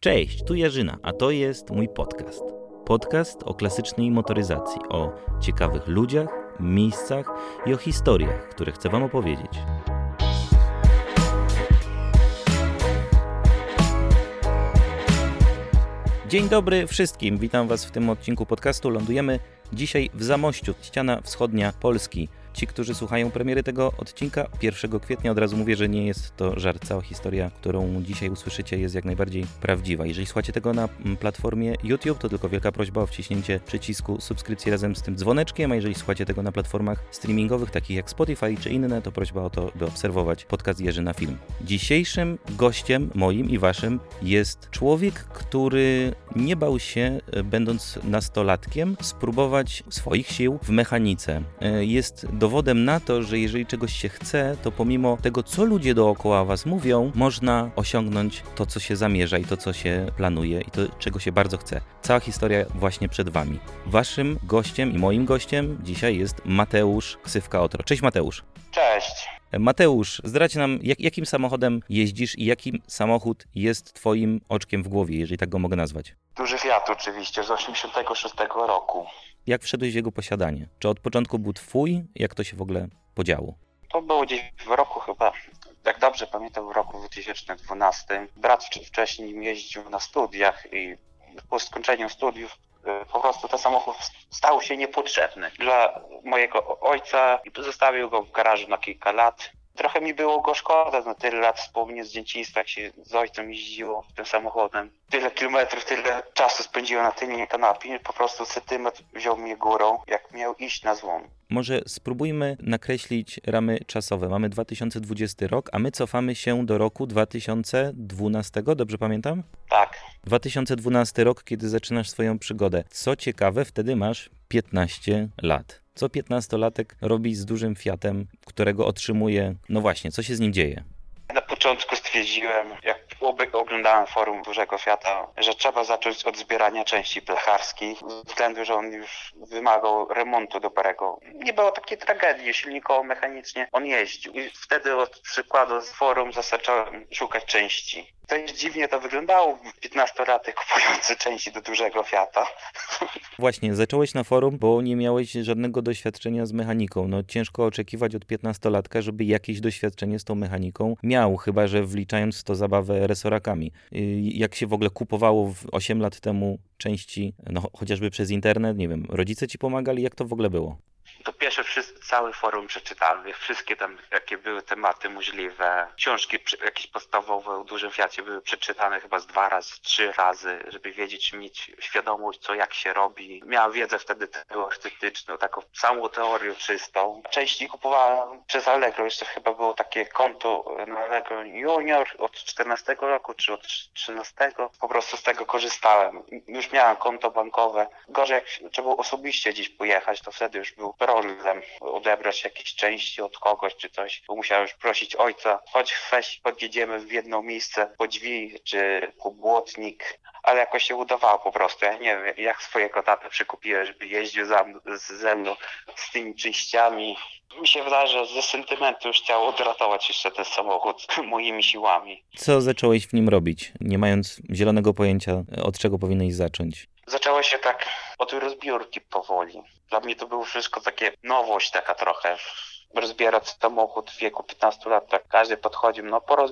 Cześć, tu Jarzyna, a to jest mój podcast. Podcast o klasycznej motoryzacji, o ciekawych ludziach, miejscach i o historiach, które chcę Wam opowiedzieć. Dzień dobry wszystkim, witam Was w tym odcinku podcastu. Lądujemy dzisiaj w Zamościu, ściana wschodnia Polski. Ci, którzy słuchają premiery tego odcinka 1 kwietnia, od razu mówię, że nie jest to żart. Cała historia, którą dzisiaj usłyszycie, jest jak najbardziej prawdziwa. Jeżeli słuchacie tego na platformie YouTube, to tylko wielka prośba o wciśnięcie przycisku subskrypcji razem z tym dzwoneczkiem, a jeżeli słuchacie tego na platformach streamingowych, takich jak Spotify czy inne, to prośba o to, by obserwować podcast Jarzyna Film. Dzisiejszym gościem moim i waszym jest człowiek, który nie bał się, będąc nastolatkiem, spróbować swoich sił w mechanice. Jest dowodem na to, że jeżeli czegoś się chce, to pomimo tego, co ludzie dookoła was mówią, można osiągnąć to, co się zamierza i to, co się planuje i to, czego się bardzo chce. Cała historia właśnie przed wami. Waszym gościem i moim gościem dzisiaj jest Mateusz, ksywka Otro. Cześć Mateusz. Cześć. Mateusz, zdradź nam, jakim samochodem jeździsz i jaki samochód jest twoim oczkiem w głowie, jeżeli tak go mogę nazwać? Duży Fiat oczywiście, z 86 roku. Jak wszedłeś w jego posiadanie? Czy od początku był twój? Jak to się w ogóle podziało? To było gdzieś w roku chyba, jak dobrze pamiętam, w roku 2012. Brat wcześniej nim jeździł na studiach i po skończeniu studiów po prostu ten samochód stał się niepotrzebny dla mojego ojca i zostawił go w garażu na kilka lat. Trochę mi było go szkoda, na tyle lat wspomnień z dzieciństwa, jak się z ojcem jeździło tym samochodem. Tyle kilometrów, tyle czasu spędziłem na tylnej kanapie, po prostu sentymetr wziął mnie górą, jak miał iść na złom. Może spróbujmy nakreślić ramy czasowe. Mamy 2020 rok, a my cofamy się do roku 2012, dobrze pamiętam? Tak. 2012 rok, kiedy zaczynasz swoją przygodę. Co ciekawe, wtedy masz 15 lat. Co 15-latek robi z dużym Fiatem, którego otrzymuje? No właśnie, co się z nim dzieje? Na początku stwierdziłem, jak oglądałem forum Dużego Fiata, że trzeba zacząć od zbierania części blecharskich, ze względu, że on już wymagał remontu dobrego. Nie było takiej tragedii silnikowo-mechanicznie, on jeździł. I wtedy od przykładu z forum zacząłem szukać części. To już dziwnie to wyglądało, 15-latek kupujący części do Dużego Fiata. Właśnie, zacząłeś na forum, bo nie miałeś żadnego doświadczenia z mechaniką. No ciężko oczekiwać od 15-latka, żeby jakieś doświadczenie z tą mechaniką miał, chyba że wliczając w to zabawę resorakami. Jak się w ogóle kupowało 8 lat temu części, no chociażby przez internet, nie wiem, rodzice ci pomagali, jak to w ogóle było? To pierwsze cały forum przeczytałem, wszystkie tam, jakie były tematy możliwe. Książki jakieś podstawowe o Dużym Fiacie były przeczytane chyba z 2 razy, 3 razy, żeby wiedzieć, mieć świadomość, co jak się robi. Miałem wiedzę wtedy teoretyczną, taką samą teorię czystą. Części kupowałem przez Allegro, jeszcze chyba było takie konto na Allegro Junior od 14 roku, czy od 13. Po prostu z tego korzystałem. Już miałem konto bankowe. Gorzej jak trzeba osobiście gdzieś pojechać, to wtedy już był problem odebrać jakieś części od kogoś czy coś, bo musiałem już prosić ojca, weź podjedziemy w jedno miejsce po drzwi czy po błotnik, ale jakoś się udawało po prostu. Ja nie wiem, jak swojego tatę przykupiłem, żeby jeździł ze mną z tymi częściami. Mi się wydaje, że ze sentymentu już chciał odratować jeszcze ten samochód moimi siłami. Co zacząłeś w nim robić, nie mając zielonego pojęcia, od czego powinieneś zacząć? Zaczęło się tak od rozbiórki powoli. Dla mnie to było wszystko takie nowość taka trochę. Rozbierać samochód w wieku 15 lat, tak każdy podchodził,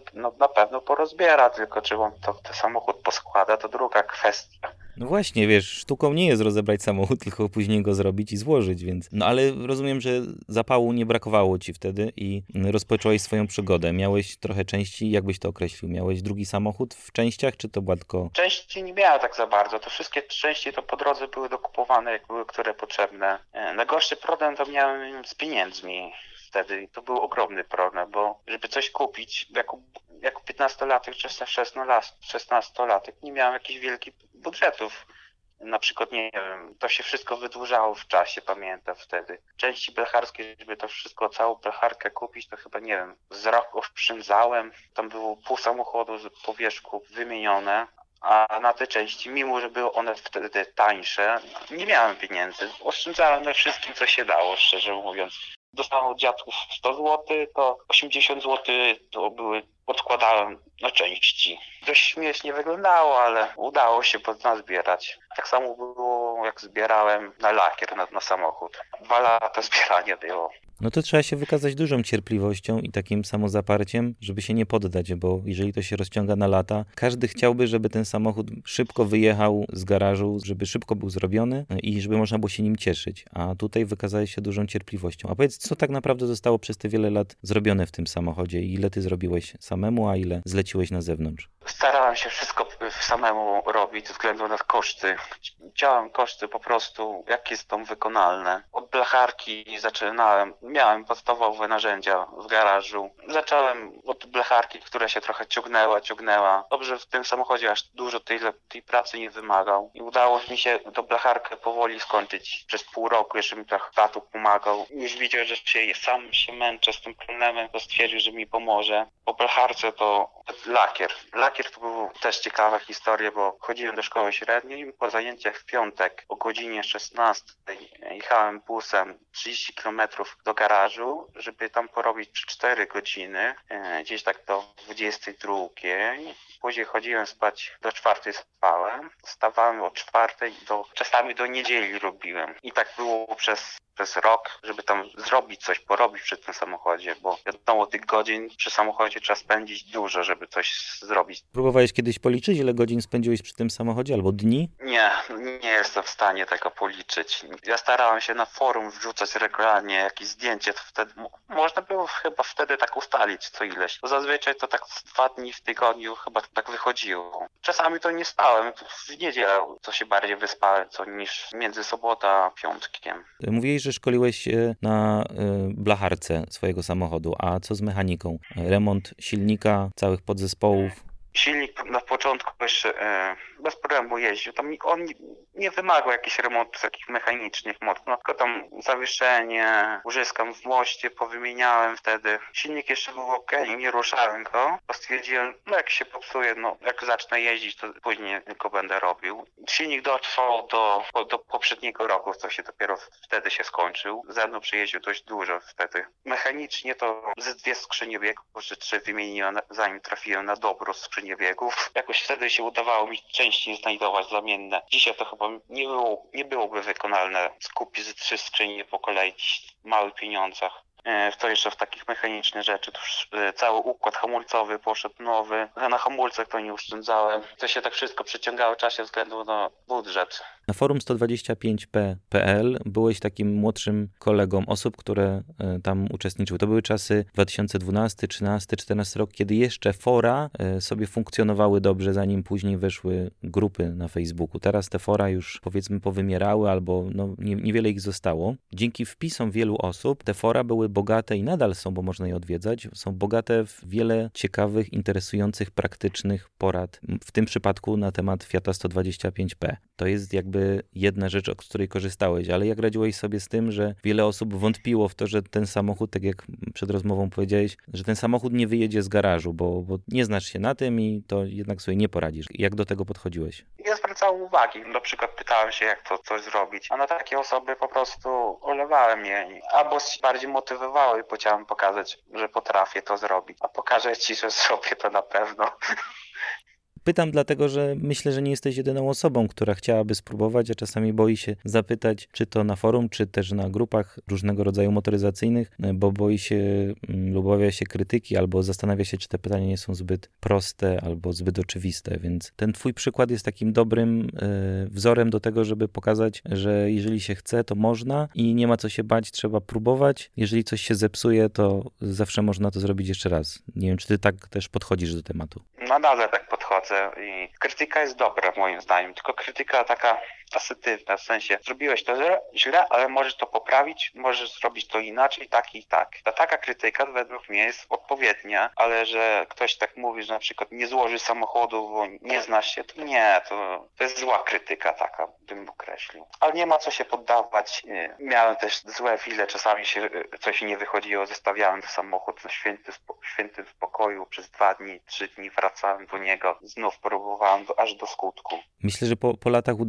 na pewno porozbiera, tylko czy on ten samochód poskłada, to druga kwestia. No właśnie, wiesz, sztuką nie jest rozebrać samochód, tylko później go zrobić i złożyć, więc... No ale rozumiem, że zapału nie brakowało ci wtedy i rozpocząłeś swoją przygodę. Miałeś trochę części, jak byś to określił? Miałeś drugi samochód w częściach, czy to była tylko... Części nie miałem tak za bardzo, to wszystkie części to po drodze były dokupowane, jak były które potrzebne. Najgorszy problem to miałem z pieniędzmi. Wtedy to był ogromny problem, bo żeby coś kupić, jako 15-latek czy 16-latek nie miałem jakichś wielkich budżetów. Na przykład, nie wiem, to się wszystko wydłużało w czasie, pamiętam wtedy. Części blecharskie, żeby to wszystko, całą blecharkę kupić, to chyba, nie wiem, z rok oszczędzałem. Tam było pół samochodu po wierzchu wymienione. A na te części, mimo że były one wtedy tańsze, nie miałem pieniędzy. Oszczędzałem na wszystkim, co się dało, szczerze mówiąc. dostałem od dziadków 100 zł, to 80 zł to odkładałem na części. Dość śmiesznie wyglądało, ale udało się nazbierać. Tak samo było, jak zbierałem na lakier na samochód. 2 lata zbierania było. No to trzeba się wykazać dużą cierpliwością i takim samozaparciem, żeby się nie poddać, bo jeżeli to się rozciąga na lata, każdy chciałby, żeby ten samochód szybko wyjechał z garażu, żeby szybko był zrobiony i żeby można było się nim cieszyć. A tutaj wykazałeś się dużą cierpliwością. A powiedz, co tak naprawdę zostało przez te wiele lat zrobione w tym samochodzie? Ile ty zrobiłeś samemu, a ile zleciłeś na zewnątrz? Starałem się wszystko samemu robić ze względu na koszty. Chciałem koszty po prostu, jakie są wykonalne. Od blecharki zaczynałem. Miałem podstawowe narzędzia w garażu. Zacząłem od blecharki, która się trochę ciągnęła. Dobrze, w tym samochodzie aż dużo tej pracy nie wymagał. I udało mi się tą blecharkę powoli skończyć. Przez pół roku jeszcze mi tak tatu pomagał. Już widział, że sam się męczę z tym problemem, to stwierdził, że mi pomoże. Po blecharce to lakier. Lakier to była też ciekawa historia, bo chodziłem do szkoły średniej i po zajęciach w piątek o godzinie 16 jechałem busem 30 km do garażu, żeby tam porobić 4 godziny, gdzieś tak do 22. Później chodziłem spać do 4 spałem, wstawałem o 4 czasami do niedzieli robiłem. I tak było przez rok, żeby tam zrobić coś, porobić przy tym samochodzie, bo wiadomo, tych godzin przy samochodzie trzeba spędzić dużo, żeby coś zrobić. Próbowałeś kiedyś policzyć, ile godzin spędziłeś przy tym samochodzie albo dni? Nie jestem w stanie tego policzyć. Ja starałem się na forum wrzucać regularnie jakieś zdjęcie, to wtedy można było chyba wtedy tak ustalić co ileś. Bo zazwyczaj to tak 2 dni w tygodniu chyba tak wychodziło. Czasami to nie spałem, w niedzielę to się bardziej wyspałem, niż między sobotą a piątkiem. Mówiłeś, że szkoliłeś się na blacharce swojego samochodu, a co z mechaniką? Remont silnika, całych podzespołów? Silnik na początku jeszcze bez problemu jeździł. Tam on nie wymagał jakichś remontów takich mechanicznych mocno, tylko tam zawieszenie, łyżeczkę w moście powymieniałem wtedy. Silnik jeszcze był ok, nie ruszałem go, bo stwierdziłem, jak się popsuje, jak zacznę jeździć, to później tylko będę robił. Silnik dotrwał do poprzedniego roku, co się dopiero wtedy się skończył. Ze mną przyjeździł dość dużo wtedy. Mechanicznie to ze 2 skrzynie biegów, czy 3 wymieniłem, zanim trafiłem na dobrą skrzynię biegów. Jakoś wtedy się udawało mi częściej znajdować zamienne. Dzisiaj to chyba nie byłoby wykonalne skupić 3 skrzynie po kolei w małych pieniądzach. To jeszcze w takich mechanicznych rzeczy. To już cały układ hamulcowy poszedł nowy. Na hamulcach to nie oszczędzałem. To się tak wszystko przeciągało w czasie ze względu na budżet. Na forum 125p.pl byłeś takim młodszym kolegą osób, które tam uczestniczyły. To były czasy 2012, 13, 14 rok, kiedy jeszcze fora sobie funkcjonowały dobrze, zanim później weszły grupy na Facebooku. Teraz te fora już powiedzmy powymierały albo niewiele ich zostało. Dzięki wpisom wielu osób te fora były bogate i nadal są, bo można je odwiedzać. Są bogate w wiele ciekawych, interesujących, praktycznych porad. W tym przypadku na temat Fiata 125p. To jest jakby jedna rzecz, z której korzystałeś, ale jak radziłeś sobie z tym, że wiele osób wątpiło w to, że ten samochód, tak jak przed rozmową powiedziałeś, że ten samochód nie wyjedzie z garażu, bo nie znasz się na tym i to jednak sobie nie poradzisz. Jak do tego podchodziłeś? Ja zwracałem uwagi. Na przykład pytałem się, jak to coś zrobić, a na takie osoby po prostu olewałem je. Albo bardziej motywowały, bo chciałem pokazać, że potrafię to zrobić. A pokażę ci, że zrobię to na pewno. Pytam dlatego, że myślę, że nie jesteś jedyną osobą, która chciałaby spróbować, a czasami boi się zapytać, czy to na forum, czy też na grupach różnego rodzaju motoryzacyjnych, bo boi się lub obawia się krytyki, albo zastanawia się, czy te pytania nie są zbyt proste, albo zbyt oczywiste, więc ten twój przykład jest takim dobrym wzorem do tego, żeby pokazać, że jeżeli się chce, to można i nie ma co się bać, trzeba próbować. Jeżeli coś się zepsuje, to zawsze można to zrobić jeszcze raz. Nie wiem, czy ty tak też podchodzisz do tematu. Nadal tak podchodzę i krytyka jest dobra moim zdaniem, tylko krytyka taka asertywna, w sensie zrobiłeś to źle, ale możesz to poprawić, możesz zrobić to inaczej, tak i tak. Ta taka krytyka według mnie jest odpowiednia, ale że ktoś tak mówi, że na przykład nie złoży samochodu, bo nie znasz się, to nie, to jest zła krytyka taka, bym określił. Ale nie ma co się poddawać. Miałem też złe chwile, czasami coś nie wychodziło, zostawiałem samochód na świętym spokoju przez 2 dni, 3 dni wracałem do niego, znów próbowałem aż do skutku. Myślę, że po latach udowodniłeś,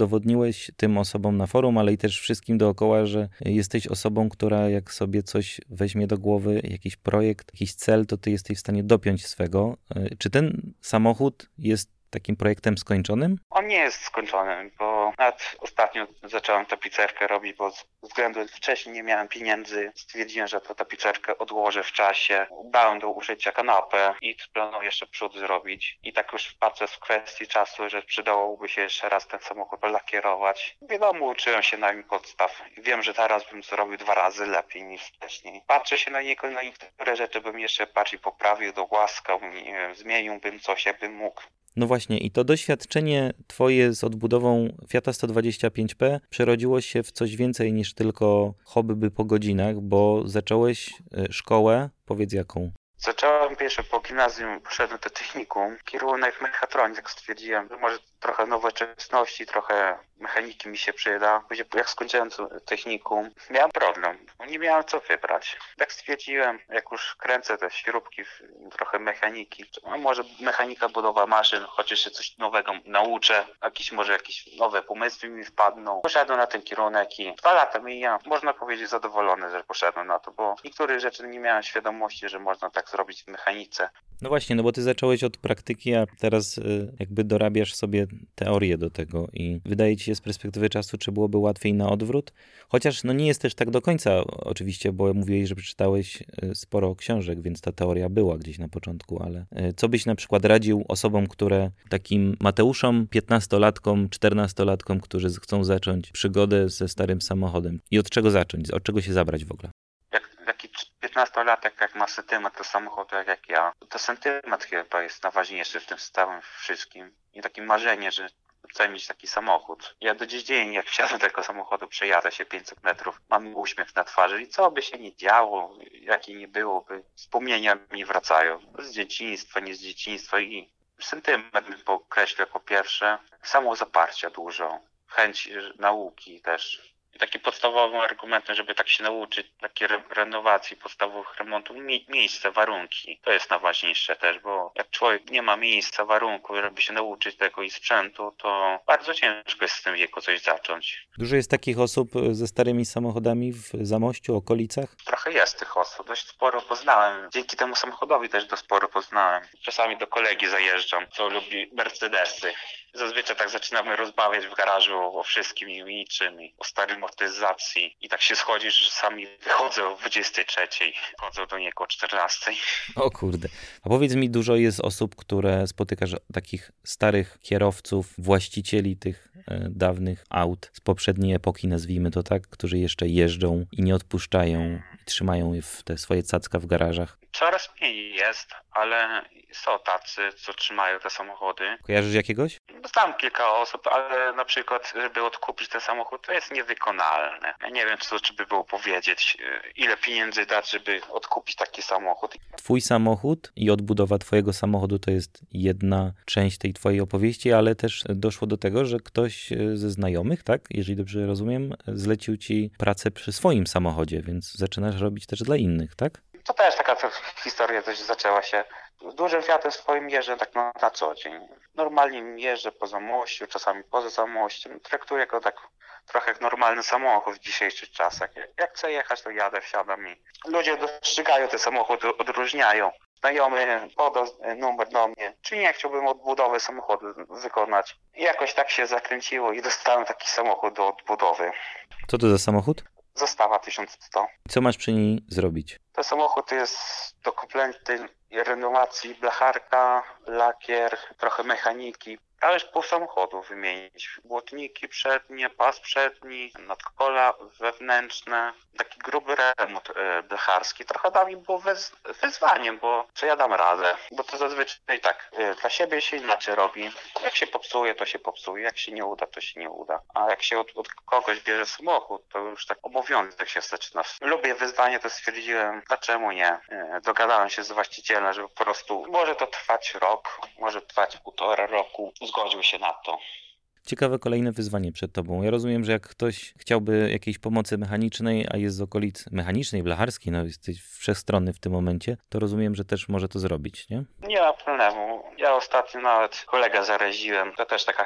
powiedziałeś tym osobom na forum, ale i też wszystkim dookoła, że jesteś osobą, która jak sobie coś weźmie do głowy, jakiś projekt, jakiś cel, to ty jesteś w stanie dopiąć swego. Czy ten samochód jest takim projektem skończonym? On nie jest skończony, bo nawet ostatnio zacząłem tapicerkę robić, bo ze względu wcześniej nie miałem pieniędzy. Stwierdziłem, że tę tapicerkę odłożę w czasie. Dałem do użycia kanapę i planuję jeszcze przód zrobić. I tak już patrzę w kwestii czasu, że przydałoby się jeszcze raz ten samochód lakierować. Wiadomo, uczyłem się na nim podstaw. Wiem, że teraz bym zrobił 2 razy lepiej niż wcześniej. Patrzę się na niego, na niektóre rzeczy bym jeszcze bardziej poprawił, dogłaskał, nie wiem, zmieniłbym coś, jakbym mógł. No właśnie, i to doświadczenie twoje z odbudową Fiata 125P przerodziło się w coś więcej niż tylko hobby po godzinach, bo zacząłeś szkołę, powiedz jaką? Zacząłem pierwsze po gimnazjum, poszedłem do technikum, kierunek mechatronik, stwierdziłem, że może trochę nowoczesności, trochę mechaniki mi się przyda. Później jak skończyłem technikum, miałem problem, nie miałem co wybrać. Tak stwierdziłem, jak już kręcę te śrubki, trochę mechaniki, a może mechanika budowa maszyn, chociaż się coś nowego nauczę, jakieś nowe pomysły mi wpadną. Poszedłem na ten kierunek i 2 lata mija, można powiedzieć zadowolony, że poszedłem na to, bo niektórych rzeczy nie miałem świadomości, że można tak zrobić w mechanice. No właśnie, no bo ty zacząłeś od praktyki, a teraz jakby dorabiasz sobie teorię do tego i wydaje ci się z perspektywy czasu, czy byłoby łatwiej na odwrót? Chociaż no nie jest też tak do końca oczywiście, bo mówiłeś, że przeczytałeś sporo książek, więc ta teoria była gdzieś na początku, ale co byś na przykład radził osobom, które takim Mateuszom, 15-latkom, 14-latkom, którzy chcą zacząć przygodę ze starym samochodem i od czego zacząć, od czego się zabrać w ogóle? Taki 15-latek, jak ma sentyment do samochodu, jak ja, to sentyment chyba jest najważniejszy w tym całym wszystkim. I takie marzenie, że chcę mieć taki samochód. Ja do dziś dzień, jak wsiadę do tego samochodu, przejadę się 500 metrów, mam uśmiech na twarzy i co by się nie działo, jakie nie byłoby, wspomnienia mi wracają. Z dzieciństwa, nie z dzieciństwa i sentyment bym podkreślił jako pierwsze. Samozaparcia dużo, chęć nauki też. Takim podstawowym argumentem, żeby tak się nauczyć, takiej renowacji, podstawowych remontów, miejsce, warunki. To jest najważniejsze też, bo jak człowiek nie ma miejsca, warunków, żeby się nauczyć tego i sprzętu, to bardzo ciężko jest z tym wieku coś zacząć. Dużo jest takich osób ze starymi samochodami w Zamościu, okolicach? Trochę jest tych osób, dość sporo poznałem. Dzięki temu samochodowi też dość sporo poznałem. Czasami do kolegi zajeżdżam, co lubi Mercedesy. Zazwyczaj tak zaczynamy rozmawiać w garażu o wszystkim i niczym, o starej motoryzacji. I tak się schodzi, że sami wychodzą o 23, chodzą do niego o 14. O kurde. A powiedz mi, dużo jest osób, które spotykasz, takich starych kierowców, właścicieli tych dawnych aut z poprzedniej epoki, nazwijmy to tak, którzy jeszcze jeżdżą i nie odpuszczają i trzymają te swoje cacka w garażach. Coraz mniej jest, ale są tacy, co trzymają te samochody. Kojarzysz jakiegoś? Znam kilka osób, ale na przykład, żeby odkupić ten samochód, to jest niewykonalne. Ja nie wiem, co trzeba by było powiedzieć, ile pieniędzy dać, żeby odkupić taki samochód. Twój samochód i odbudowa twojego samochodu to jest jedna część tej twojej opowieści, ale też doszło do tego, że ktoś ze znajomych, tak, jeżeli dobrze rozumiem, zlecił ci pracę przy swoim samochodzie, więc zaczynasz robić też dla innych, tak? To też taka historia też zaczęła się. Dużym Fiatem swoim jeżdżę tak na co dzień. Normalnie jeżdżę po Zamościu, czasami poza Zamościem. Traktuję go tak trochę jak normalny samochód w dzisiejszych czasach. Jak chcę jechać, to jadę, wsiadam i ludzie dostrzegają te samochody, odróżniają. Znajomy podał numer do mnie, czy nie chciałbym odbudowy samochodu wykonać. I jakoś tak się zakręciło i dostałem taki samochód do odbudowy. Co to za samochód? Zostawa 1100. Co masz przy niej zrobić? Ten samochód jest do kompletnej renowacji, blacharka, lakier, trochę mechaniki. Ale już pół samochodu wymienić. Błotniki przednie, pas przedni, nadkola wewnętrzne. Taki gruby remont blacharski. Trochę dla mnie było wyzwaniem, bo czy ja dam radę? Bo to zazwyczaj tak, dla siebie się inaczej robi. Jak się popsuje, to się popsuje. Jak się nie uda, to się nie uda. A jak się od kogoś bierze samochód, to już tak obowiązek się zaczyna. Lubię wyzwanie, to stwierdziłem, dlaczego nie? Dogadałem się z właścicielem, że po prostu może to trwać rok, może trwać 1,5 roku. Zgodził się na to. Ciekawe kolejne wyzwanie przed tobą. Ja rozumiem, że jak ktoś chciałby jakiejś pomocy mechanicznej, a jest z okolic mechanicznej, blacharskiej, no jesteś wszechstronny w tym momencie, to rozumiem, że też może to zrobić, nie? Nie ma problemu. Ja ostatnio nawet kolegę zaraziłem. To też taka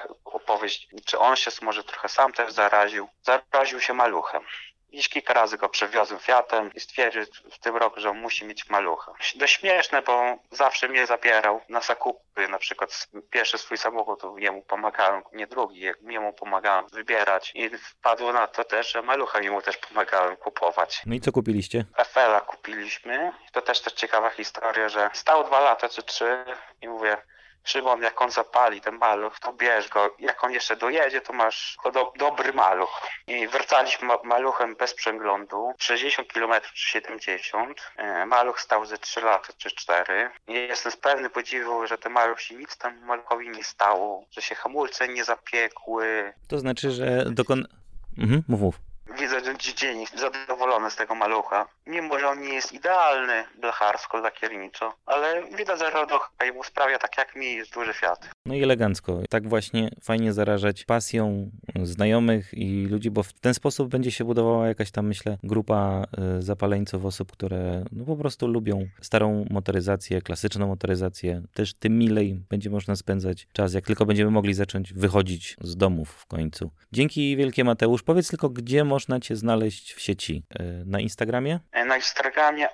opowieść, czy on się może trochę sam też zaraził. Zaraził się maluchem. Już kilka razy go przewiozłem Fiatem i stwierdził w tym roku, że on musi mieć malucha. Dość śmieszne, bo zawsze mnie zabierał na zakupy, na przykład pierwszy swój samochód, to jemu pomagałem, nie drugi, jemu pomagałem wybierać i wpadło na to też, że malucha jemu też pomagałem kupować. No i co kupiliście? FL-a kupiliśmy. To też ciekawa historia, że stał 2 lata czy 3 i mówię: Szymon, jak on zapali ten maluch, to bierz go. Jak on jeszcze dojedzie, to masz dobry maluch. I wracaliśmy maluchem bez przeglądu. 60 km czy 70. Maluch stał ze 3 lata czy 4. I jestem pewny podziwu, że ten maluch się nic tam maluchowi nie stało. Że się hamulce nie zapiekły. To znaczy, że mów. Widzę, że dzień zadowolony z tego malucha. Mimo, że on nie jest idealny blacharsko, lakierniczo, ale widać, że Rodocha mu sprawia tak jak mi, jest duży Fiat. No i elegancko. Tak właśnie fajnie zarażać pasją znajomych i ludzi, bo w ten sposób będzie się budowała jakaś tam, myślę, grupa zapaleńców, osób, które no po prostu lubią starą motoryzację, klasyczną motoryzację. Też tym milej będzie można spędzać czas, jak tylko będziemy mogli zacząć wychodzić z domów w końcu. Dzięki wielkie, Mateusz. Powiedz tylko, gdzie można cię znaleźć w sieci? Na Instagramie? Na Instagramie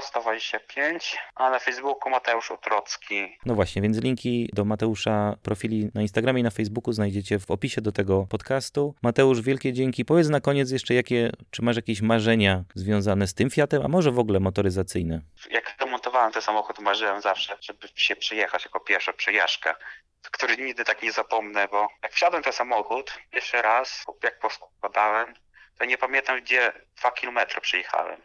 Otros25, a na Facebooku Mateusz Otrocki. No właśnie, więc linki do Mateusza profili na Instagramie i na Facebooku znajdziecie w opisie do tego podcastu. Mateusz, wielkie dzięki. Powiedz na koniec jeszcze, czy masz jakieś marzenia związane z tym Fiatem, a może w ogóle motoryzacyjne? Jak remontowałem ten samochód, marzyłem zawsze, żeby się przyjechać jako pierwsza przejażdżka, który nigdy tak nie zapomnę, bo jak wsiadłem w ten samochód pierwszy raz, jak poskładałem, to nie pamiętam, gdzie 2 kilometry przyjechałem.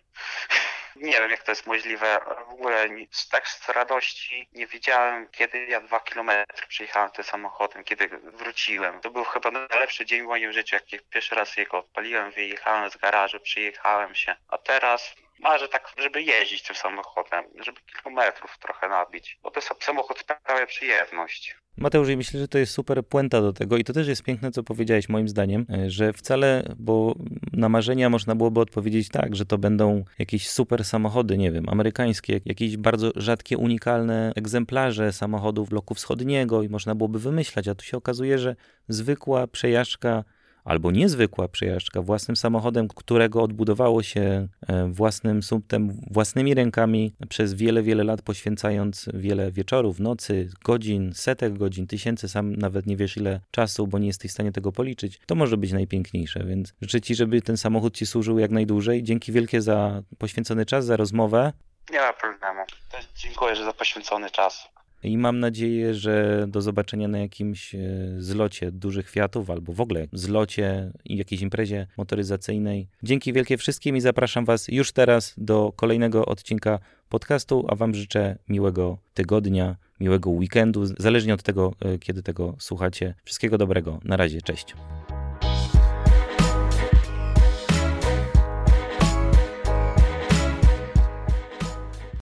Nie wiem, jak to jest możliwe. W ogóle tak z radości nie wiedziałem, kiedy ja 2 kilometry przyjechałem tym samochodem, kiedy wróciłem. To był chyba najlepszy dzień w moim życiu, jak pierwszy raz jego odpaliłem, wyjechałem z garażu, przyjechałem się. A teraz marzę tak, żeby jeździć tym samochodem, żeby kilometrów trochę nabić, bo to samochód sprawia przyjemność. Mateusz, i myślę, że to jest super puenta do tego i to też jest piękne, co powiedziałeś moim zdaniem, że wcale, bo na marzenia można byłoby odpowiedzieć tak, że to będą jakieś super samochody, nie wiem, amerykańskie, jakieś bardzo rzadkie, unikalne egzemplarze samochodów bloku wschodniego i można byłoby wymyślać, a tu się okazuje, że zwykła przejażdżka albo niezwykła przejażdżka własnym samochodem, którego odbudowało się własnym sumptem, własnymi rękami przez wiele, wiele lat, poświęcając wiele wieczorów, nocy, godzin, setek godzin, tysięcy, sam nawet nie wiesz ile czasu, bo nie jesteś w stanie tego policzyć, to może być najpiękniejsze, więc życzę ci, żeby ten samochód ci służył jak najdłużej. Dzięki wielkie za poświęcony czas, za rozmowę. Nie ma problemu. Też dziękuję, że za poświęcony czas. I mam nadzieję, że do zobaczenia na jakimś zlocie dużych Fiatów albo w ogóle zlocie i jakiejś imprezie motoryzacyjnej. Dzięki wielkie wszystkim i zapraszam Was już teraz do kolejnego odcinka podcastu, a Wam życzę miłego tygodnia, miłego weekendu, zależnie od tego, kiedy tego słuchacie. Wszystkiego dobrego. Na razie, cześć.